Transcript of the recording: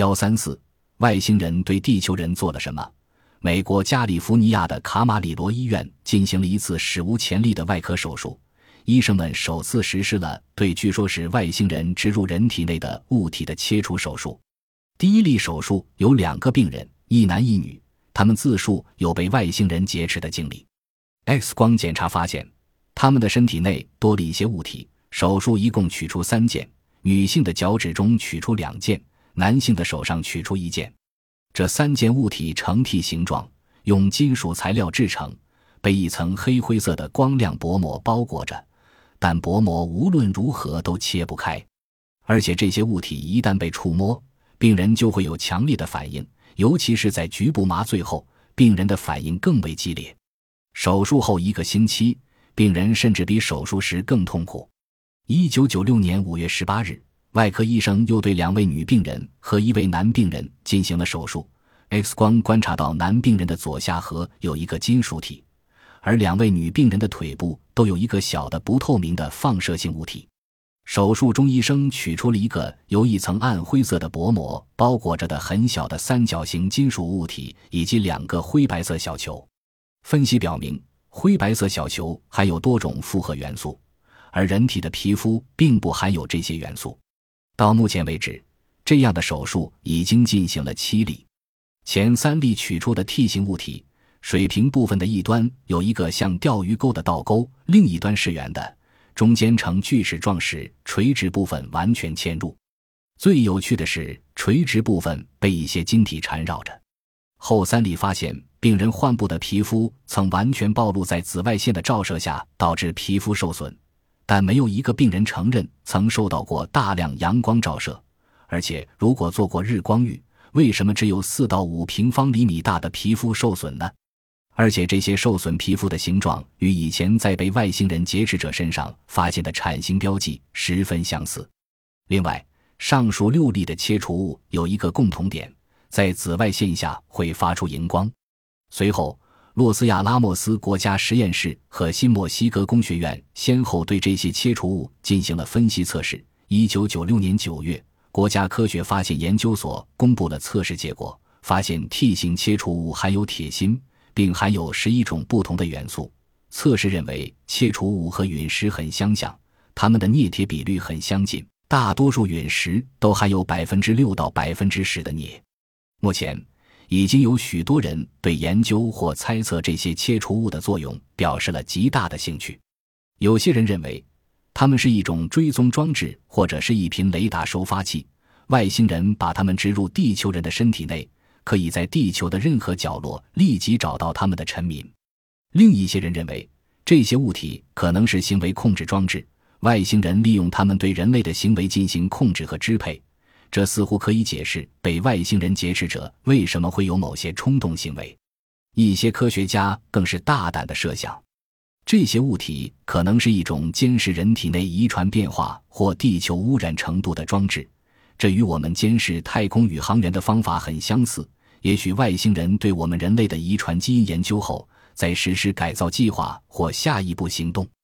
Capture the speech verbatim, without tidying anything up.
一三四外星人对地球人做了什么？美国加利福尼亚的卡马里罗医院进行了一次史无前例的外科手术，医生们首次实施了对据说是外星人植入人体内的物体的切除手术。第一例手术有两个病人，一男一女，他们自述有被外星人劫持的经历。X 光检查发现，他们的身体内多了一些物体，手术一共取出三件，女性的脚趾中取出两件，男性的手上取出一件。这三件物体呈 T 形状，用金属材料制成，被一层黑灰色的光亮薄膜包裹着，但薄膜无论如何都切不开。而且这些物体一旦被触摸，病人就会有强烈的反应，尤其是在局部麻醉后，病人的反应更为激烈。手术后一个星期，病人甚至比手术时更痛苦。一九九六年五月十八日，外科医生又对两位女病人和一位男病人进行了手术。X 光观察到男病人的左下颌有一个金属体，而两位女病人的腿部都有一个小的不透明的放射性物体。手术中，医生取出了一个由一层暗灰色的薄膜包裹着的很小的三角形金属物体，以及两个灰白色小球。分析表明，灰白色小球含有多种复合元素，而人体的皮肤并不含有这些元素。到目前为止，这样的手术已经进行了七例。前三例取出的 T 型物体，水平部分的一端有一个像钓鱼钩的倒钩，另一端是圆的，中间呈锯齿状时，垂直部分完全嵌入。最有趣的是，垂直部分被一些晶体缠绕着。后三例发现，病人患部的皮肤曾完全暴露在紫外线的照射下，导致皮肤受损，但没有一个病人承认曾受到过大量阳光照射。而且如果做过日光浴，为什么只有四到五平方厘米大的皮肤受损呢？而且这些受损皮肤的形状与以前在被外星人劫持者身上发现的产型标记十分相似。另外，上述六例的切除物有一个共同点，在紫外线下会发出荧光。随后，洛斯亚拉莫斯国家实验室和新墨西哥工学院先后对这些切除物进行了分析测试。一九九六年九月，国家科学发现研究所公布了测试结果，发现 T 型切除物含有铁锌，并含有十一种不同的元素。测试认为切除物和陨石很相像，它们的镍铁比率很相近，大多数陨石都含有 百分之六 到 百分之十 的镍。目前已经有许多人对研究或猜测这些切除物的作用表示了极大的兴趣。有些人认为它们是一种追踪装置，或者是一频雷达收发器，外星人把它们植入地球人的身体内，可以在地球的任何角落立即找到他们的臣民。另一些人认为这些物体可能是行为控制装置，外星人利用它们对人类的行为进行控制和支配，这似乎可以解释被外星人劫持者为什么会有某些冲动行为。一些科学家更是大胆地设想，这些物体可能是一种监视人体内遗传变化或地球污染程度的装置，这与我们监视太空宇航员的方法很相似。也许外星人对我们人类的遗传基因研究后，再实施改造计划或下一步行动。